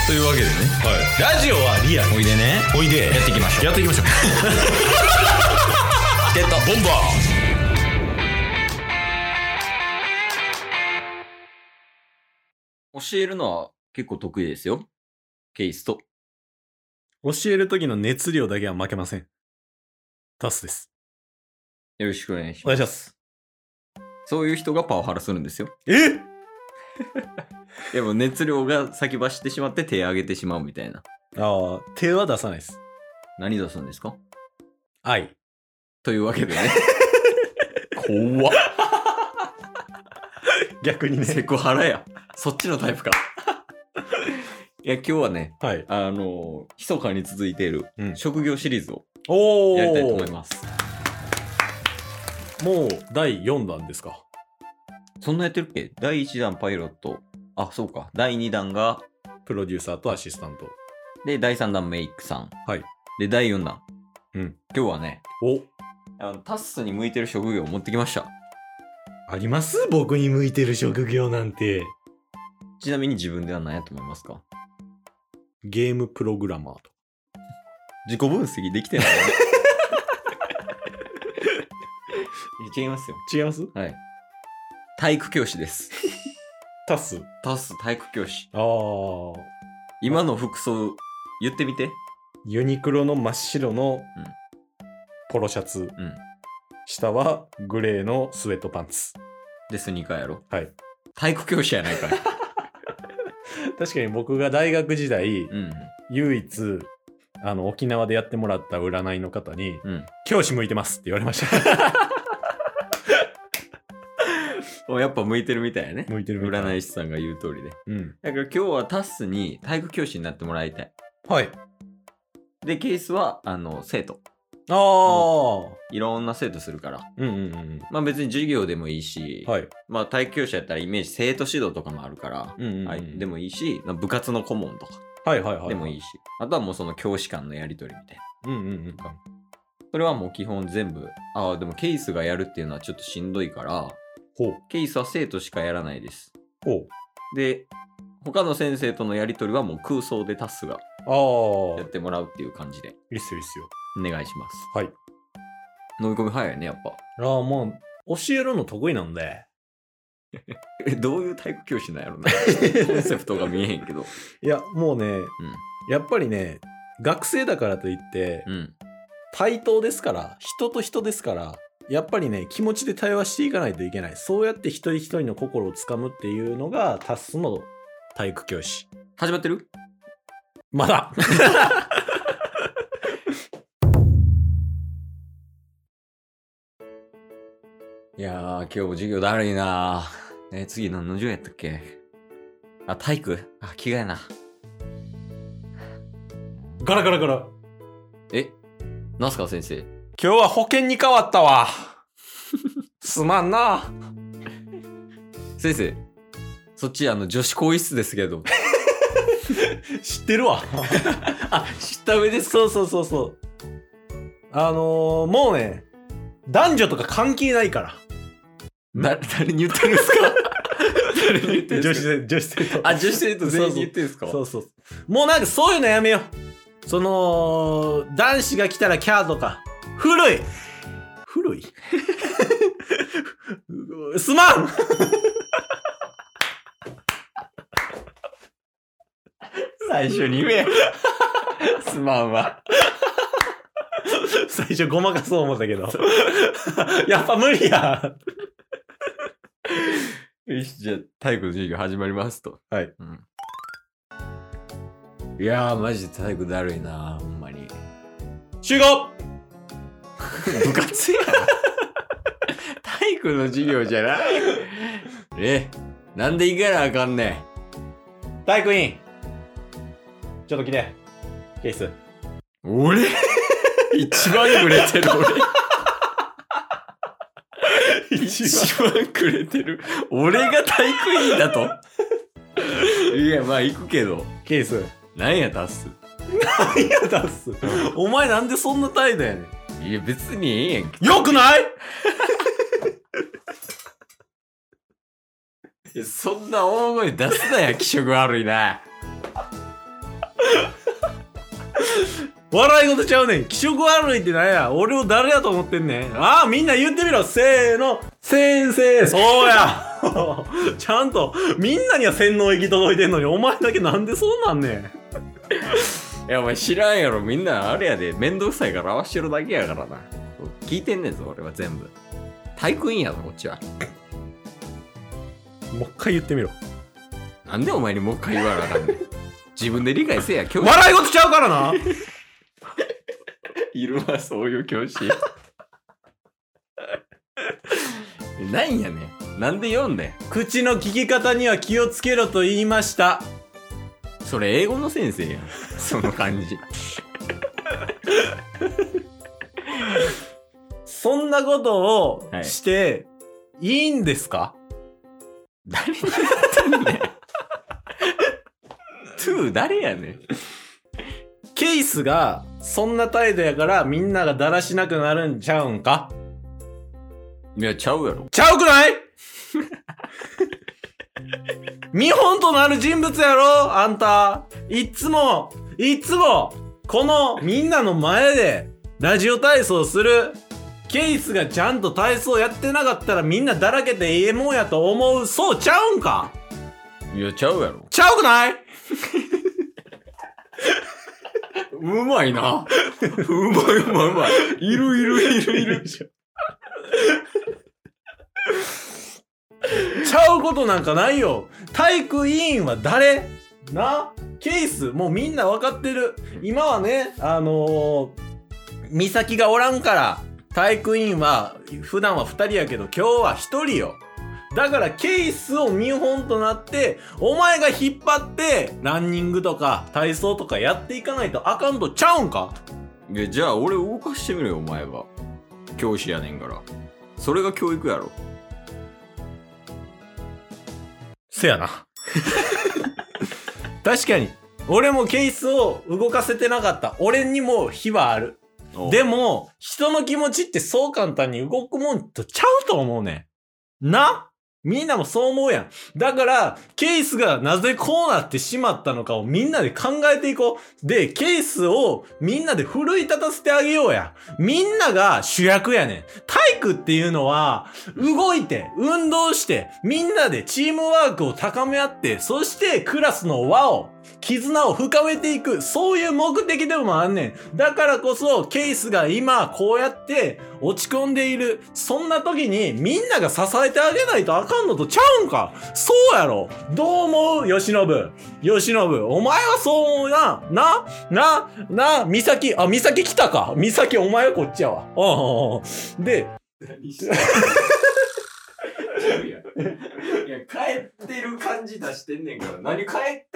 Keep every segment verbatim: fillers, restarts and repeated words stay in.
というわけでね、 はい、ラジオはリアル。 おいでね、 おいでやっていきましょう。 やっていきましょうゲットボンバー。教えるのは結構得意ですよ。ケイスと。 教える時の熱量だけは負けません。タスです。 よろしくお願いします。 お願いします。 そういう人がパワハラするんですよ。 えでも熱量が先走ってしまって手を挙げてしまうみたいな。 ああ、手は出さないです。 何出すんですか？ 愛。 というわけでね。怖っ。 逆にね。 セクハラや。そっちのタイプか。いや、今日はね、 はい。 あの、密かに続いている職業シリーズをおーやりたいと思います。 もうだいよんだんですか？ そんなやってるっけ？だいいちだんパイロット。あ、そうか。だいにだんがプロデューサーとアシスタント。 で、だいさんだんメイクさん。 はい。 で、だいよんだん。 うん。 今日はね、 おあのタッスに向いてる職業を持ってきました。 あります？僕に向いてる職業なんて。 ちなみに自分では何やと思いますか？ ゲームプログラマーと。 自己分析できてないよね。違いますよ。 違います？ はい。体育教師です。 タス。 タス体育教師。 ああ。 今の服装言ってみて。 ユニクロの真っ白のうんポロシャツ。 うん。 下はグレーのスウェットパンツ。 で、スニーカーやろ。 はい。 体育教師やないかい。 確かに僕が大学時代、 うん。 唯一、あの、沖縄でやってもらった占いの方に、 うん。 教師向いてますって言われました。 おやっぱ向いてるみたいやね。 向いてるみたい。 占い師さんが言う通りで。 うん。 だから今日はタスに体育教師になってもらいたい。 はい。 で、ケースは、あの、生徒。 ああ。 いろんな生徒するから。 うんうんうん。 まあ別に授業でもいいし、 はい。 まあ体育教師やったらイメージ生徒指導とかもあるから、 うんうんうん。 はい、でもいいし、まあ部活の顧問とかはいはいはいはい。 でもいいし、あとはもうその教師間のやり取りみたいな。 うんうんうん。 それはもう基本全部、ああ、でもケースがやるっていうのはちょっとしんどいから、 ほう。 ケースは生徒しかやらないです。 ほう。 で、他の先生とのやり取りはもう空想でタスがああ。 やってもらうっていう感じで、 いいっすよいいっすよ。 お願いします。 はい。 飲み込み早いね、やっぱ。 ああ、もう、教えるの得意なんで。 え、どういう体育教師なんやろな。コンセプトが見えへんけど。 いや、もうね、やっぱりね、学生だからといって、 うん。うん。 対等ですから、人と人ですから、やっぱりね、気持ちで対話していかないといけない。そうやって一人一人の心をつかむっていうのが、タスの体育教師。 始まってる？ まだいやー、今日も授業だるいなー。え、次何の授業やったっけ？あ、体育？あ、着替えな。 ガラガラガラ。 え、なんすか先生？ 今日は保険に変わったわ。すまんな。 先生、そっちあの女子更衣室ですけど。 知ってるわ。 あ、知った上です。 そうそうそうそう。あのー、もうね、男女とか関係ないから。 な、誰に言ってるんですか？誰に言ってるん女子ですか？ 生、女子生徒。 あ、女子生徒全員に言ってるんですか？ そうそう。もうなんかそういうのやめよう。その、男子が来たらキャーとか。古い古いすまん最初に言え。すまんわ。 最初ごまかそう思ったけど。やっぱ無理や。 よし、じゃあ体育の授業始まりますと。 はい。 うん、いやー、マジで体育だるいな、ほんまに。 集合部活や。体育の授業じゃない。え、なんで行かなあかんねん。 体育委員。ちょっと来て。ケース。 俺一番くれてる俺。一番くれてる。俺が体育委員だと？いや、まあ行くけど。 ケース。 なんや、タス。 なんや、タス。お前なんでそんな態度やねん。 いや、別にええやんけ。 よくない？ いや、そんな大声出すなや、気色悪いな。 笑い事ちゃうねん。気色悪いってなんや。俺を誰やと思ってんねん。ああ、みんな言ってみろ。せーの。先生。そうや。ちゃんと、みんなには洗脳液届いてんのに、お前だけなんでそうなんねん。 いやお前知らんやろ。みんなあれやで、めんどくさいから合わしてるだけやからな。聞いてんねんぞ俺は全部。体育委員やぞこっちは。 もう一回言ってみろ。 なんでお前にもう一回言わなあかんねん。自分で理解せや。教師笑い事ちゃうからな。 いるわそういう教師。なんやねん。なんで読んでん。 口の聞き方には気をつけろと言いました。 それ英語の先生やん。その感じ。 そんなことをしていいんですか？ 誰に言ってんねん。トゥー誰やねん。 ケイスがそんな態度やからみんながだらしなくなるんちゃうんか？ いやちゃうやろ。 ちゃうくない？見本となる人物やろあんた。いっつもいっつもこのみんなの前でラジオ体操する。ケイスがちゃんと体操やってなかったらみんなだらけてええもんやと思う。そうちゃうんか？ いやちゃうやろ。 ちゃうくない？ うまいな。うまいうまいうまい。いるいるいるいる。 ちゃうことなんかないよ。体育委員は誰？な？ケイス、もうみんな分かってる。今はね、あのー、美咲がおらんから、体育委員は普段はふたりやけど今日はひとりよ。だからケイスを見本となってお前が引っ張ってランニングとか体操とかやっていかないとあかんとちゃうんか？ いやじゃあ俺動かしてみろよお前は。教師やねんから。それが教育やろ。 せやな。確かに俺もケイスを動かせてなかった。俺にも非はある。でも人の気持ちってそう簡単に動くもんとちゃうと思うねんな。みんなもそう思うやん。だからケイスがなぜこうなってしまったのかをみんなで考えていこう。でケイスをみんなで奮い立たせてあげようや。みんなが主役やねん。体育っていうのは動いて運動してみんなでチームワークを高め合って、そしてクラスの輪を絆を深めていく、そういう目的でもあんねん。だからこそケイスが今こうやって落ち込んでいる、そんな時にみんなが支えてあげないとあかんのとちゃうんか？そうやろ。どう思う？吉信。吉信、お前はそう思うな。ななな美咲、あ美咲来たか。美咲お前はこっちやわ。うん。でいや帰ってる感じ出してんねんから。何帰って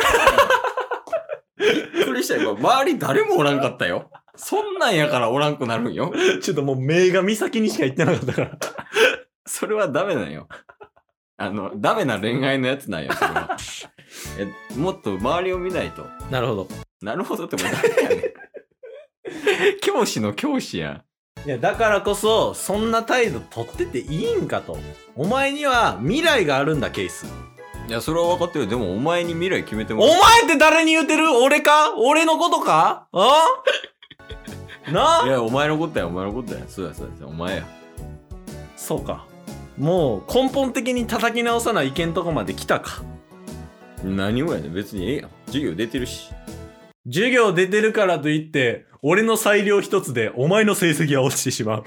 びっくりしたよ。周り誰もおらんかったよ。そんなんやからおらんくなるんよ。 ちょっともう目が美咲にしか言ってなかったから。 それはダメなんよ。あのダメな恋愛のやつなんよそれは。えもっと周りを見ないと。 なるほど。 なるほどってもう誰やねん。教師の教師やん。 いやだからこそそんな態度取ってていいんかと。お前には未来があるんだケイス。 いやそれは分かってる。でもお前に未来決めてもおらう。 前って誰に言うてる？俺か？俺のことか？あなあ？ いやお前のことやお前のことや。そうやそうやお前や。 そうか。もう根本的に叩き直さないけんとこまで来たか。 何をやねん。別にええやん。授業出てるし。 授業出てるからといって俺の裁量一つでお前の成績は落ちてしまう。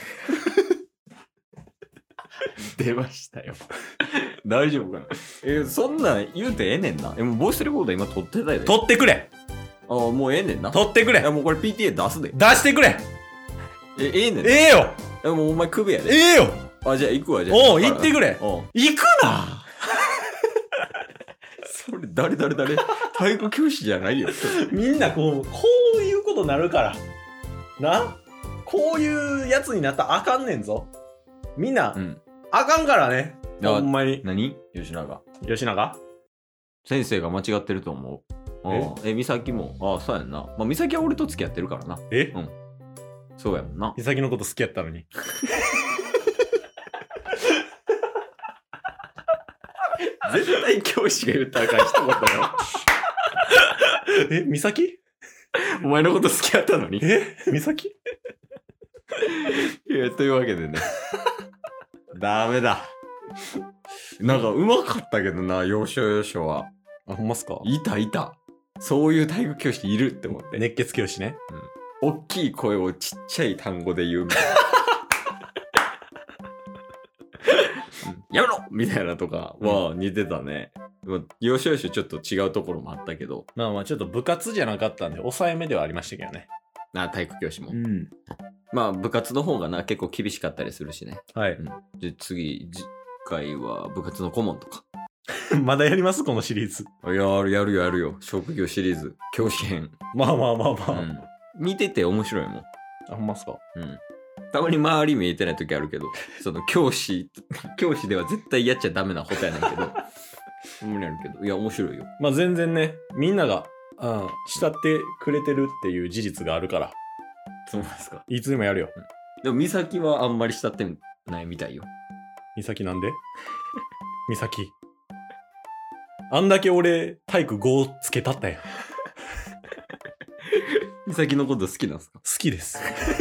出ましたよ。大丈夫かな。えそんなん言うてええねんな。えもうボイスレコーダー今撮ってたよ。 取ってくれ。 あもうええねんな。 取ってくれ。 いやもうこれ ピーティーエー 出すで。 出してくれ。 えええねん。 ええよ。 えもうお前クビやで。 ええよ。 あじゃあ行くわじゃあ。 おう行ってくれ。 おう行くな。 それ誰誰誰体育教師じゃないよ。 みんなこうこういうことになるからな。こういうやつになったらあかんねんぞ。みんな、 うん、 あかんからね。ほんまに。 何吉永吉永先生が間違ってると思う。ええ美咲もああそうやんな。まあ美咲は俺と付き合ってるからな。 えうんそうやもんな。 美咲のこと好きやったのに。 絶対教師が言ったらあかん一言よ。 え美咲お前のこと好きやったのに。 え美咲いや、というわけでね。ダメだ。なんか、うまかったけどな、要所要所は。 あ、ほんますか？ いたいた。そういう体育教師いるって思って。 熱血教師ね。 うん。大きい声をちっちゃい単語で言うみたいな。やめろみたいなとかは似てたね。まあ、要所要所ちょっと違うところもあったけど。 まあまあちょっと部活じゃなかったんで抑えめではありましたけどね。 あ、体育教師も。 ん。 まあ部活の方がな結構厳しかったりするしね。 はい。 うん、で次次回は部活の顧問とか。 まだやりますこのシリーズ。 やるやるやるよ。職業シリーズ教師編。 まあまあまあまあ。 うん、見てて面白いもん。 あ、ほんますか？ うん。たまに周り見えてない時あるけど、その教師、教師では絶対やっちゃダメなことやねんけど、無理あるけど、いや、面白いよ。 まあ全然ね、みんなが、うん、慕ってくれてるっていう事実があるから。 そうですか。 いつでもやるよ。 うん、でも、美咲はあんまり慕ってないみたいよ。 美咲なんで美咲。あんだけ俺、体育ごつけたったやん。 美咲のこと好きなんですか？ 好きです。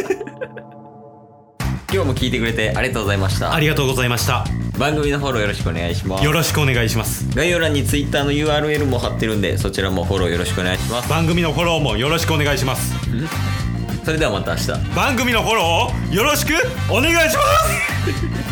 今日も聞いてくれてありがとうございました。 ありがとうございました。 番組のフォローよろしくお願いします。 よろしくお願いします。 概要欄に Twitter の ユーアールエル も貼ってるんで、そちらもフォローよろしくお願いします。 番組のフォローもよろしくお願いします。 それではまた明日。 番組のフォローをよろしくお願いします。